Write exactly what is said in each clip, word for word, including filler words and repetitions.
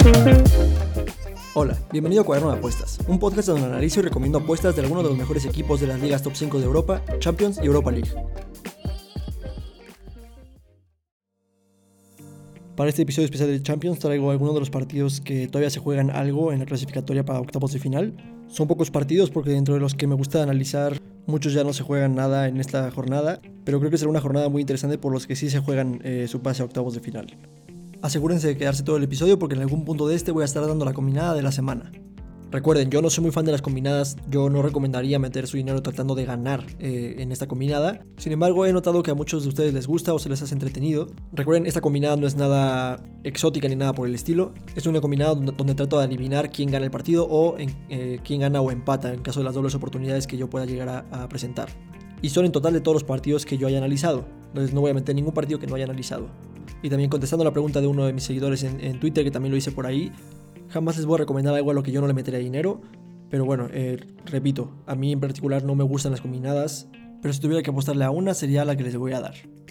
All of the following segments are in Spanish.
Hola, bienvenido a Cuaderno de Apuestas, un podcast donde analizo y recomiendo apuestas de algunos de los mejores equipos de las ligas top cinco de Europa, Champions y Europa League. Para este episodio especial de Champions traigo algunos de los partidos que todavía se juegan algo en la clasificatoria para octavos de final. Son pocos partidos porque dentro de los que me gusta analizar, muchos ya no se juegan nada en esta jornada, pero creo que será una jornada muy interesante por los que sí se juegan eh, su pase a octavos de final. Asegúrense de quedarse todo el episodio porque en algún punto de este voy a estar dando la combinada de la semana. Recuerden, yo no soy muy fan de las combinadas, yo no recomendaría meter su dinero tratando de ganar eh, en esta combinada. Sin embargo, he notado que a muchos de ustedes les gusta o se les hace entretenido. Recuerden, esta combinada no es nada exótica ni nada por el estilo. Es una combinada donde, donde trato de adivinar quién gana el partido o en, eh, quién gana o empata en caso de las dobles oportunidades que yo pueda llegar a, a presentar. Y son en total de todos los partidos que yo haya analizado. Entonces no voy a meter ningún partido que no haya analizado. Y también contestando la pregunta de uno de mis seguidores en, en Twitter, que también lo hice por ahí, jamás les voy a recomendar algo a lo que yo no le metería dinero. Pero bueno, eh, repito, a mí en particular no me gustan las combinadas, pero si tuviera que apostarle a una sería la que les voy a dar.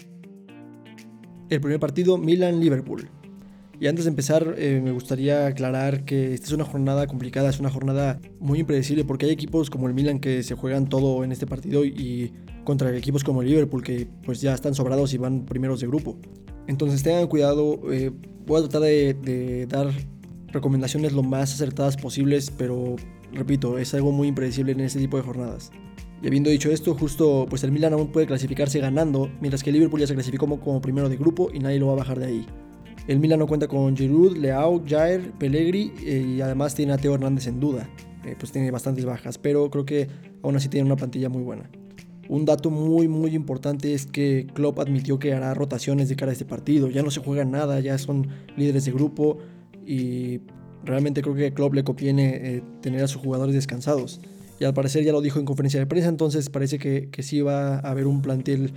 El primer partido, Milan-Liverpool. Y antes de empezar, eh, me gustaría aclarar que esta es una jornada complicada, es una jornada muy impredecible porque hay equipos como el Milan que se juegan todo en este partido y contra equipos como el Liverpool que pues ya están sobrados y van primeros de grupo. Entonces tengan cuidado, eh, voy a tratar de, de dar recomendaciones lo más acertadas posibles, pero repito, es algo muy impredecible en este tipo de jornadas. Y habiendo dicho esto, justo pues el Milan aún puede clasificarse ganando, mientras que el Liverpool ya se clasificó como, como primero de grupo y nadie lo va a bajar de ahí. El Milan no cuenta con Giroud, Leao, Jair, Pellegrini eh, y además tiene a Theo Hernández en duda. Eh, pues tiene bastantes bajas, pero creo que aún así tiene una plantilla muy buena. Un dato muy muy importante es que Klopp admitió que hará rotaciones de cara a este partido. Ya no se juega nada, ya son líderes de grupo y realmente creo que a Klopp le conviene eh, tener a sus jugadores descansados. Y al parecer ya lo dijo en conferencia de prensa, entonces parece que, que sí va a haber un plantel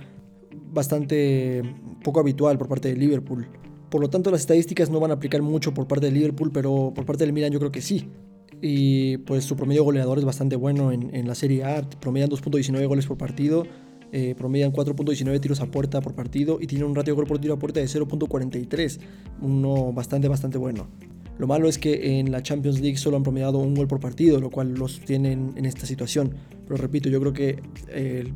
bastante poco habitual por parte de Liverpool. Por lo tanto, las estadísticas no van a aplicar mucho por parte de Liverpool, pero por parte del Milan yo creo que sí. Y pues su promedio goleador es bastante bueno en, en la Serie A, promedian dos punto diecinueve goles por partido, eh, promedian cuatro punto diecinueve tiros a puerta por partido y tiene un ratio de gol por tiro a puerta de cero punto cuarenta y tres, uno bastante bastante bueno. Lo malo es que en la Champions League solo han promediado un gol por partido, lo cual los tienen en esta situación. Pero repito, yo creo que eh,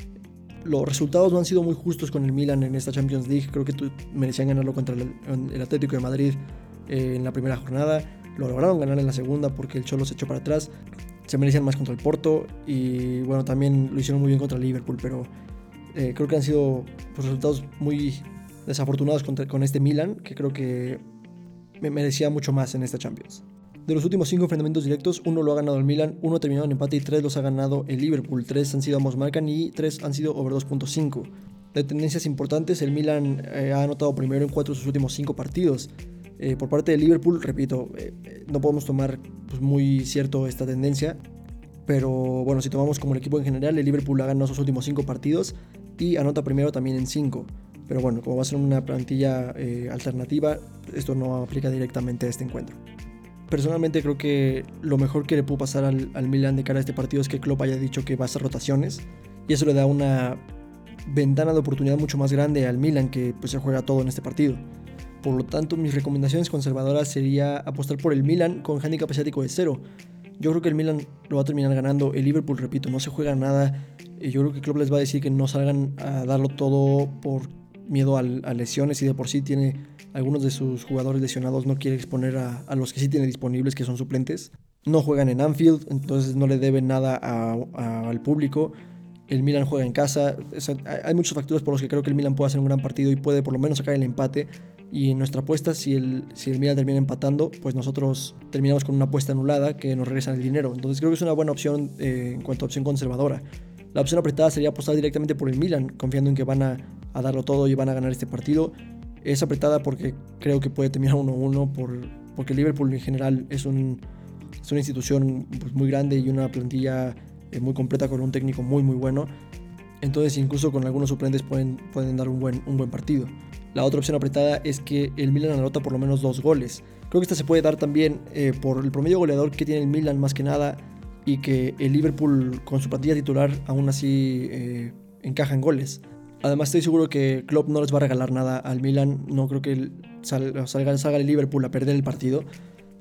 los resultados no han sido muy justos con el Milan en esta Champions League. Creo que merecían ganarlo contra el, el Atlético de Madrid eh, en la primera jornada. Lo lograron ganar en la segunda porque el Cholo se echó para atrás. Se merecían más contra el Porto y bueno, también lo hicieron muy bien contra el Liverpool, pero eh, creo que han sido pues, resultados muy desafortunados contra, con este Milan, que creo que me merecía mucho más en esta Champions. De los últimos cinco enfrentamientos directos, uno lo ha ganado el Milan, uno ha terminado en empate y tres los ha ganado el Liverpool. Tres han sido ambos marcan y tres han sido over dos punto cinco. De tendencias importantes, el Milan eh, ha anotado primero en cuatro de sus últimos cinco partidos. Eh, por parte del Liverpool, repito, eh, no podemos tomar pues, muy cierto esta tendencia, pero bueno, si tomamos como el equipo en general, el Liverpool ha ganado sus últimos cinco partidos y anota primero también en cinco. Pero bueno, como va a ser una plantilla eh, alternativa, esto no aplica directamente a este encuentro. Personalmente creo que lo mejor que le pudo pasar al, al Milan de cara a este partido es que Klopp haya dicho que va a hacer rotaciones y eso le da una ventana de oportunidad mucho más grande al Milan, que pues se juega todo en este partido. Por lo tanto, mis recomendaciones conservadoras sería apostar por el Milan con handicap asiático de cero. Yo creo que el Milan lo va a terminar ganando. El Liverpool, repito, no se juega nada. Yo creo que Klopp les va a decir que no salgan a darlo todo por miedo a, a lesiones y de por sí tiene algunos de sus jugadores lesionados, no quiere exponer a, a los que sí tiene disponibles, que son suplentes. No juegan en Anfield, entonces no le deben nada a, a, al público. El Milan juega en casa. O sea, hay muchos factores por los que creo que el Milan puede hacer un gran partido y puede por lo menos sacar el empate. Y en nuestra apuesta, si el, si el Milan termina empatando, pues nosotros terminamos con una apuesta anulada que nos regresa el dinero. Entonces creo que es una buena opción eh, en cuanto a opción conservadora. La opción apretada sería apostar directamente por el Milan, confiando en que van a, a darlo todo y van a ganar este partido. Es apretada porque creo que puede terminar uno uno, por, porque el Liverpool en general es, un, es una institución pues, muy grande y una plantilla eh, muy completa con un técnico muy muy bueno. Entonces incluso con algunos suplentes pueden, pueden dar un buen, un buen partido. La otra opción apretada es que el Milan anota por lo menos dos goles. Creo que esta se puede dar también eh, por el promedio goleador que tiene el Milan más que nada, y que el Liverpool con su plantilla titular aún así eh, encaja en goles. Además estoy seguro que Klopp no les va a regalar nada al Milan. No creo que salga, salga, salga el Liverpool a perder el partido.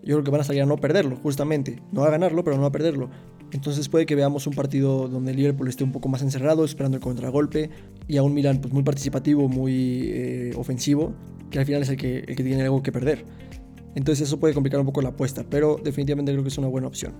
Yo creo que van a salir a no perderlo, justamente. No a ganarlo, pero no a perderlo. Entonces puede que veamos un partido donde el Liverpool esté un poco más encerrado, esperando el contragolpe, y a un Milan pues, muy participativo, muy eh, ofensivo, que al final es el que, el que tiene algo que perder. Entonces eso puede complicar un poco la apuesta, pero definitivamente creo que es una buena opción.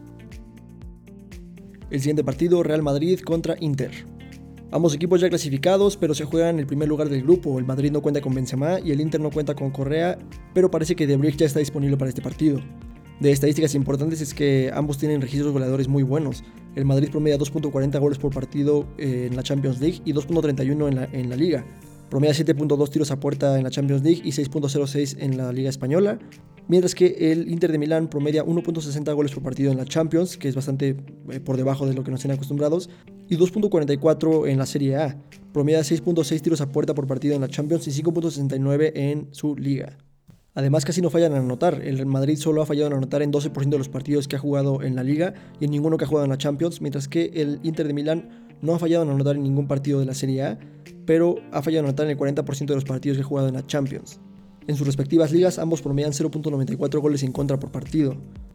El siguiente partido, Real Madrid contra Inter. Ambos equipos ya clasificados, pero se juegan en el primer lugar del grupo. El Madrid no cuenta con Benzema y el Inter no cuenta con Correa, pero parece que De Vrij ya está disponible para este partido. De estadísticas importantes es que ambos tienen registros goleadores muy buenos. El Madrid promedia dos punto cuarenta goles por partido en la Champions League y dos punto treinta y uno en la, en la Liga. Promedia siete punto dos tiros a puerta en la Champions League y seis punto cero seis en la Liga Española. Mientras que el Inter de Milán promedia uno punto sesenta goles por partido en la Champions, que es bastante eh, por debajo de lo que nos tienen acostumbrados, y dos punto cuarenta y cuatro en la Serie A. Promedia seis punto seis tiros a puerta por partido en la Champions y cinco punto sesenta y nueve en su liga. Además, casi no fallan en anotar. El Madrid solo ha fallado en anotar en doce por ciento de los partidos que ha jugado en la liga y en ninguno que ha jugado en la Champions, mientras que el Inter de Milán no ha fallado en anotar en ningún partido de la Serie A, pero ha fallado en anotar en el cuarenta por ciento de los partidos que ha jugado en la Champions. En sus respectivas ligas, ambos promedian cero punto noventa y cuatro goles en contra por partido.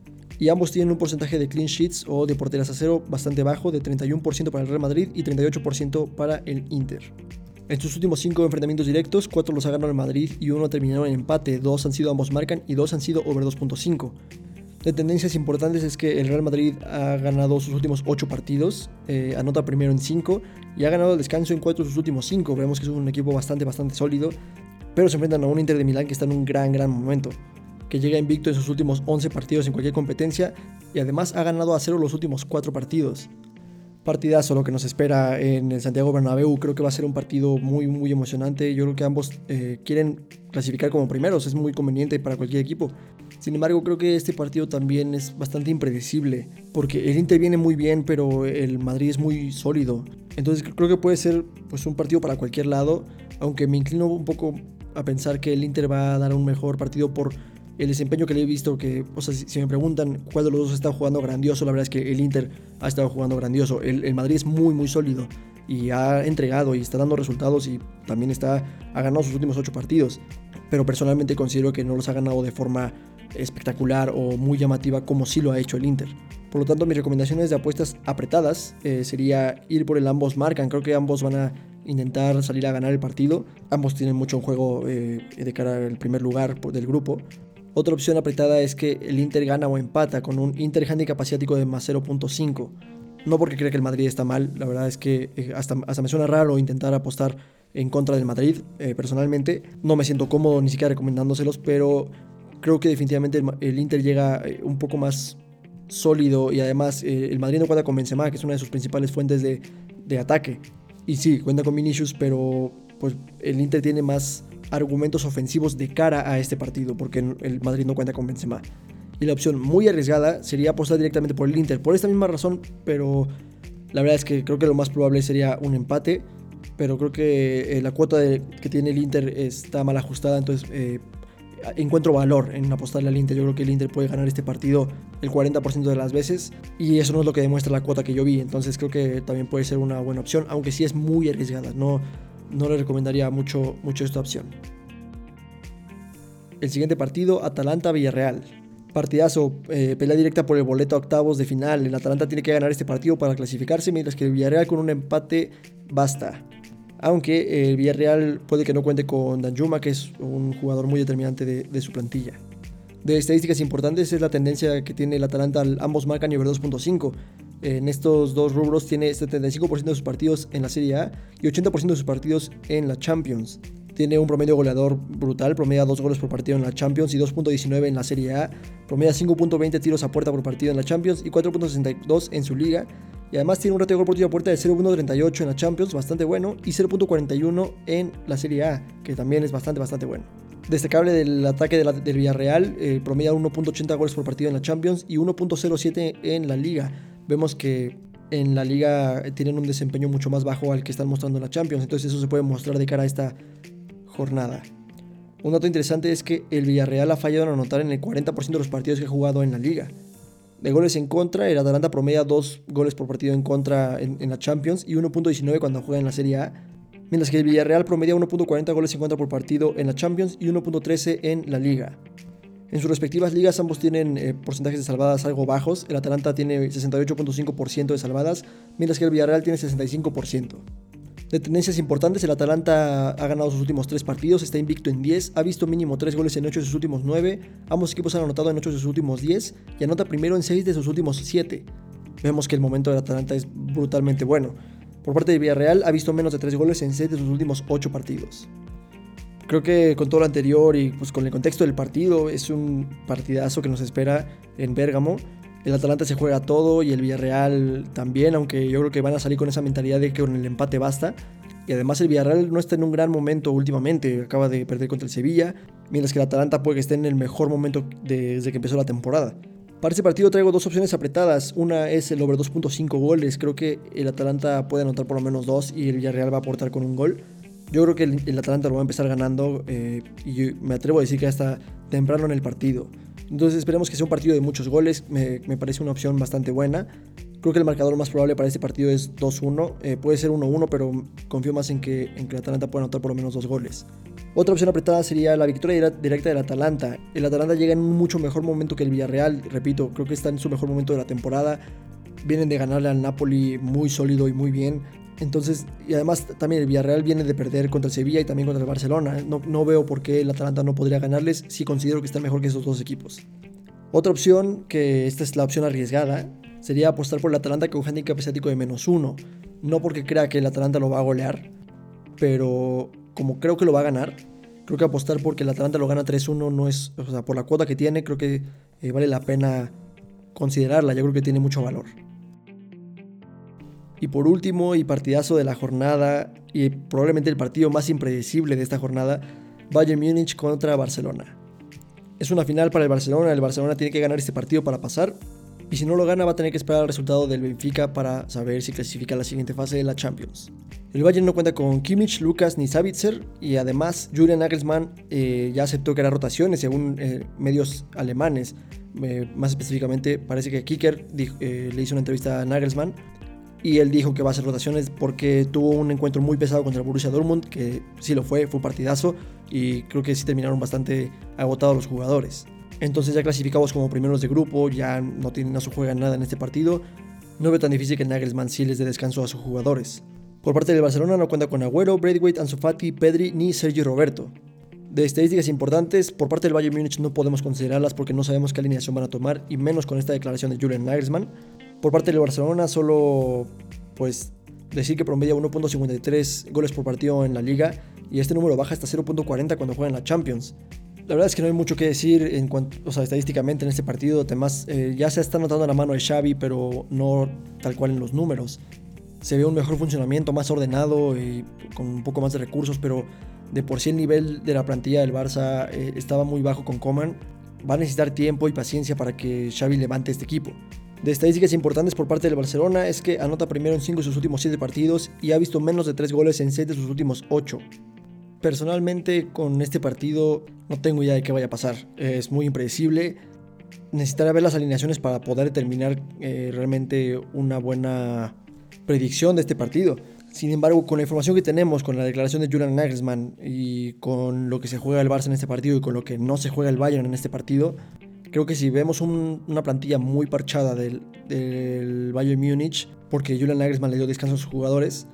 Y ambos tienen un porcentaje de clean sheets o de porterías a cero bastante bajo, de treinta y uno por ciento para el Real Madrid y treinta y ocho por ciento para el Inter. En sus últimos cinco enfrentamientos directos, cuatro los ha ganado el Madrid y uno terminaron en empate, dos han sido ambos marcan y dos han sido over dos punto cinco. De tendencias importantes es que el Real Madrid ha ganado sus últimos ocho partidos, eh, anota primero en cinco y ha ganado el descanso en cuatro de sus últimos cinco. Vemos que es un equipo bastante, bastante sólido, pero se enfrentan a un Inter de Milán que está en un gran, gran momento, que llega invicto en sus últimos once partidos en cualquier competencia y además ha ganado a cero los últimos cuatro partidos. Partidazo lo que nos espera en el Santiago Bernabéu. Creo que va a ser un partido muy muy emocionante. Yo creo que ambos eh, quieren clasificar como primeros, es muy conveniente para cualquier equipo. Sin embargo, creo que este partido también es bastante impredecible, porque el Inter viene muy bien, pero el Madrid es muy sólido. Entonces creo que puede ser pues, un partido para cualquier lado, aunque me inclino un poco a pensar que el Inter va a dar un mejor partido por el desempeño que le he visto. Que, o sea, si, si me preguntan cuál de los dos está jugando grandioso, la verdad es que el Inter ha estado jugando grandioso. El, el Madrid es muy muy sólido y ha entregado y está dando resultados y también está, ha ganado sus últimos ocho partidos, pero personalmente considero que no los ha ganado de forma espectacular o muy llamativa como sí lo ha hecho el Inter. Por lo tanto, mis recomendaciones de apuestas apretadas eh, sería ir por el ambos marcan. Creo que ambos van a intentar salir a ganar el partido. Ambos tienen mucho en juego eh, de cara al primer lugar del grupo. Otra opción apretada es que el Inter gana o empata con un Inter handicap asiático de más cero punto cinco. No porque crea que el Madrid está mal, la verdad es que eh, hasta, hasta me suena raro intentar apostar en contra del Madrid. Eh, personalmente no me siento cómodo ni siquiera recomendándoselos, pero creo que definitivamente el, el Inter llega eh, un poco más sólido y además eh, el Madrid no cuenta con Benzema, que es una de sus principales fuentes de, de ataque. Y sí, cuenta con Vinicius, pero pues el Inter tiene más argumentos ofensivos de cara a este partido, porque el Madrid no cuenta con Benzema. Y la opción muy arriesgada sería apostar directamente por el Inter, por esta misma razón, pero la verdad es que creo que lo más probable sería un empate, pero creo que eh, la cuota de, que tiene el Inter está mal ajustada, entonces eh, encuentro valor en apostarle al Inter. Yo creo que el Inter puede ganar este partido el cuarenta por ciento de las veces y eso no es lo que demuestra la cuota que yo vi, entonces creo que también puede ser una buena opción, aunque sí es muy arriesgada. No, no le recomendaría mucho, mucho esta opción. El siguiente partido, Atalanta-Villarreal. Partidazo, eh, pelea directa por el boleto a octavos de final. El Atalanta tiene que ganar este partido para clasificarse, mientras que el Villarreal con un empate basta. Aunque el Villarreal puede que no cuente con Danjuma, que es un jugador muy determinante de, de su plantilla. De estadísticas importantes es la tendencia que tiene el Atalanta, ambos marcan y over dos punto cinco. En estos dos rubros tiene setenta y cinco por ciento de sus partidos en la Serie A y ochenta por ciento de sus partidos en la Champions. Tiene un promedio goleador brutal, promedia dos goles por partido en la Champions y dos punto diecinueve en la Serie A. Promedia cinco punto veinte tiros a puerta por partido en la Champions y cuatro punto sesenta y dos en su liga. Y además tiene un ratio de gol por tiro a puerta de cero punto treinta y ocho en la Champions, bastante bueno, y cero punto cuarenta y uno en la Serie A, que también es bastante, bastante bueno. Destacable del ataque de la, del Villarreal, eh, promedia uno punto ochenta goles por partido en la Champions y uno punto cero siete en la liga. Vemos que en la liga tienen un desempeño mucho más bajo al que están mostrando en la Champions, entonces eso se puede mostrar de cara a esta jornada. Un dato interesante es que el Villarreal ha fallado en anotar en el cuarenta por ciento de los partidos que ha jugado en la liga. De goles en contra, el Atalanta promedia dos goles por partido en contra en, en la Champions y uno punto diecinueve cuando juega en la Serie A, mientras que el Villarreal promedia uno punto cuarenta goles en contra por partido en la Champions y uno punto trece en la liga. En sus respectivas ligas ambos tienen eh, porcentajes de salvadas algo bajos. El Atalanta tiene sesenta y ocho punto cinco por ciento de salvadas, mientras que el Villarreal tiene sesenta y cinco por ciento. De tendencias importantes, el Atalanta ha ganado sus últimos tres partidos, está invicto en diez, ha visto mínimo tres goles en ocho de sus últimos nueve, ambos equipos han anotado en ocho de sus últimos diez y anota primero en seis de sus últimos siete. Vemos que el momento del Atalanta es brutalmente bueno. Por parte del Villarreal ha visto menos de tres goles en seis de sus últimos ocho partidos. Creo que con todo lo anterior y pues con el contexto del partido es un partidazo que nos espera en Bérgamo. El Atalanta se juega todo y el Villarreal también, aunque yo creo que van a salir con esa mentalidad de que con el empate basta. Y además el Villarreal no está en un gran momento últimamente, acaba de perder contra el Sevilla, mientras que el Atalanta puede que esté en el mejor momento desde que empezó la temporada. Para este partido traigo dos opciones apretadas, una es el over dos punto cinco goles, creo que el Atalanta puede anotar por lo menos dos y el Villarreal va a aportar con un gol. Yo creo que el, el Atalanta lo va a empezar ganando eh, y yo me atrevo a decir que hasta temprano en el partido. Entonces esperemos que sea un partido de muchos goles, me, me parece una opción bastante buena. Creo que el marcador más probable para este partido es dos uno, eh, puede ser uno uno, pero confío más en que, en que el Atalanta pueda anotar por lo menos dos goles. Otra opción apretada sería la victoria directa del Atalanta. El Atalanta llega en un mucho mejor momento que el Villarreal, repito, creo que está en su mejor momento de la temporada. Vienen de ganarle al Napoli muy sólido y muy bien. Entonces, y además también el Villarreal viene de perder contra el Sevilla y también contra el Barcelona. No, no veo por qué el Atalanta no podría ganarles si considero que están mejor que esos dos equipos. Otra opción, que esta es la opción arriesgada, sería apostar por el Atalanta con un handicap asiático de menos uno. No porque crea que el Atalanta lo va a golear, pero como creo que lo va a ganar, creo que apostar porque el Atalanta lo gana tres uno no es, o sea, por la cuota que tiene, creo que eh, vale la pena considerarla, yo creo que tiene mucho valor. Y por último, y partidazo de la jornada, y probablemente el partido más impredecible de esta jornada, Bayern Múnich contra Barcelona. Es una final para el Barcelona, el Barcelona tiene que ganar este partido para pasar, y si no lo gana va a tener que esperar el resultado del Benfica para saber si clasifica a la siguiente fase de la Champions. El Bayern no cuenta con Kimmich, Lucas ni Sabitzer, y además Julian Nagelsmann eh, ya aceptó que hará rotaciones según eh, medios alemanes. Eh, más específicamente parece que Kicker dijo, eh, le hizo una entrevista a Nagelsmann, y él dijo que va a hacer rotaciones porque tuvo un encuentro muy pesado contra el Borussia Dortmund, que sí lo fue, fue un partidazo, y creo que sí terminaron bastante agotados los jugadores. Entonces ya clasificados como primeros de grupo, ya no, tienen, no se juega nada en este partido. No veo tan difícil que Nagelsmann sí les dé descanso a sus jugadores. Por parte del Barcelona no cuenta con Agüero, Braithwaite, Ansu Fati, Pedri ni Sergi Roberto. De estadísticas importantes, por parte del Bayern Múnich no podemos considerarlas porque no sabemos qué alineación van a tomar, y menos con esta declaración de Julian Nagelsmann. Por parte del Barcelona solo pues decir que promedia uno punto cincuenta y tres goles por partido en la liga, y este número baja hasta cero punto cuarenta cuando juega en la Champions. La verdad es que no hay mucho que decir en cuanto, o sea, estadísticamente en este partido. Además, eh, ya se está notando la mano de Xavi, pero no tal cual en los números. Se ve un mejor funcionamiento, más ordenado y con un poco más de recursos, pero de por sí el nivel de la plantilla del Barça eh, estaba muy bajo con Koeman. Va a necesitar tiempo y paciencia para que Xavi levante este equipo. De estadísticas importantes por parte del Barcelona es que anota primero en cinco de sus últimos siete partidos y ha visto menos de tres goles en seis de sus últimos ocho. Personalmente con este partido no tengo idea de qué vaya a pasar, es muy impredecible. Necesitaré ver las alineaciones para poder determinar eh, realmente una buena predicción de este partido. Sin embargo, con la información que tenemos, con la declaración de Julian Nagelsmann y con lo que se juega el Barça en este partido y con lo que no se juega el Bayern en este partido, creo que si vemos un, una plantilla muy parchada del, del Bayern Múnich, porque Julian Nagelsmann le dio descanso a sus jugadores,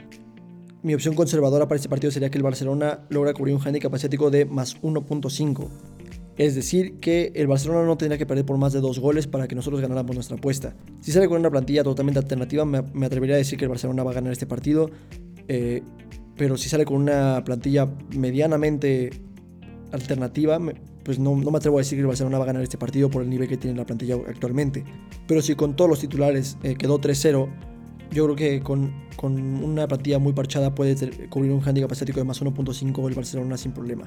mi opción conservadora para este partido sería que el Barcelona logra cubrir un handicap asiático de más uno punto cinco. Es decir, que el Barcelona no tendría que perder por más de dos goles para que nosotros ganáramos nuestra apuesta. Si sale con una plantilla totalmente alternativa, me, me atrevería a decir que el Barcelona va a ganar este partido. Eh, pero si sale con una plantilla medianamente alternativa, me, pues no, no me atrevo a decir que el Barcelona va a ganar este partido por el nivel que tiene la plantilla actualmente. Pero si con todos los titulares eh, quedó tres cero, yo creo que con, con una plantilla muy parchada puede ter, cubrir un handicap asiático de más uno punto cinco el Barcelona sin problema.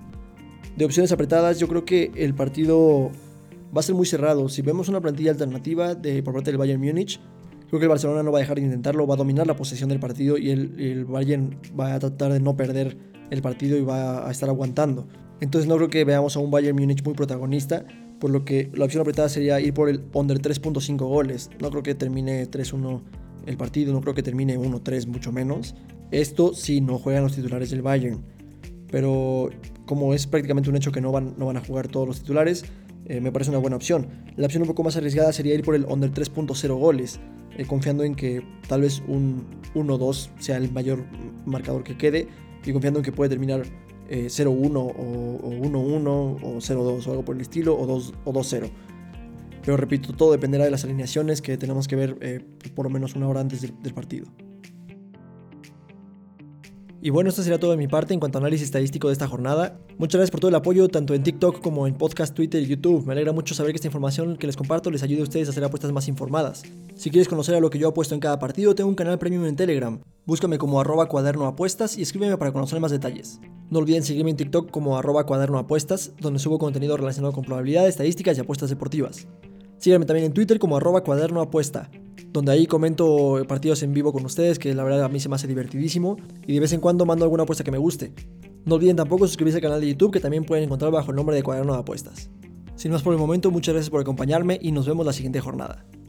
De opciones apretadas, yo creo que el partido va a ser muy cerrado. Si vemos una plantilla alternativa de, por parte del Bayern Múnich, creo que el Barcelona no va a dejar de intentarlo, va a dominar la posesión del partido y el, el Bayern va a tratar de no perder el partido y va a estar aguantando. Entonces no creo que veamos a un Bayern Múnich muy protagonista, por lo que la opción apretada sería ir por el under tres punto cinco goles. No creo que termine tres uno el partido, no creo que termine uno tres, mucho menos. Esto si no juegan los titulares del Bayern. Pero como es prácticamente un hecho que no van, no van a jugar todos los titulares, eh, me parece una buena opción. La opción un poco más arriesgada sería ir por el under tres punto cero goles, eh, confiando en que tal vez un uno dos sea el mayor marcador que quede y confiando en que puede terminar eh, cero uno o, o uno uno o cero dos o algo por el estilo, o dos cero. Pero repito, todo dependerá de las alineaciones que tenemos que ver eh, por lo menos una hora antes del, del partido. Y bueno, esto sería todo de mi parte en cuanto a análisis estadístico de esta jornada. Muchas gracias por todo el apoyo, tanto en TikTok como en podcast, Twitter y YouTube. Me alegra mucho saber que esta información que les comparto les ayude a ustedes a hacer apuestas más informadas. Si quieres conocer a lo que yo apuesto en cada partido, tengo un canal premium en Telegram. Búscame como arroba cuadernoapuestas y escríbeme para conocer más detalles. No olviden seguirme en TikTok como arroba cuadernoapuestas, donde subo contenido relacionado con probabilidades, estadísticas y apuestas deportivas. Síganme también en Twitter como arroba cuadernoapuesta, donde ahí comento partidos en vivo con ustedes, que la verdad a mí se me hace divertidísimo, y de vez en cuando mando alguna apuesta que me guste. No olviden tampoco suscribirse al canal de YouTube, que también pueden encontrar bajo el nombre de Cuaderno de Apuestas. Sin más por el momento, muchas gracias por acompañarme y nos vemos la siguiente jornada.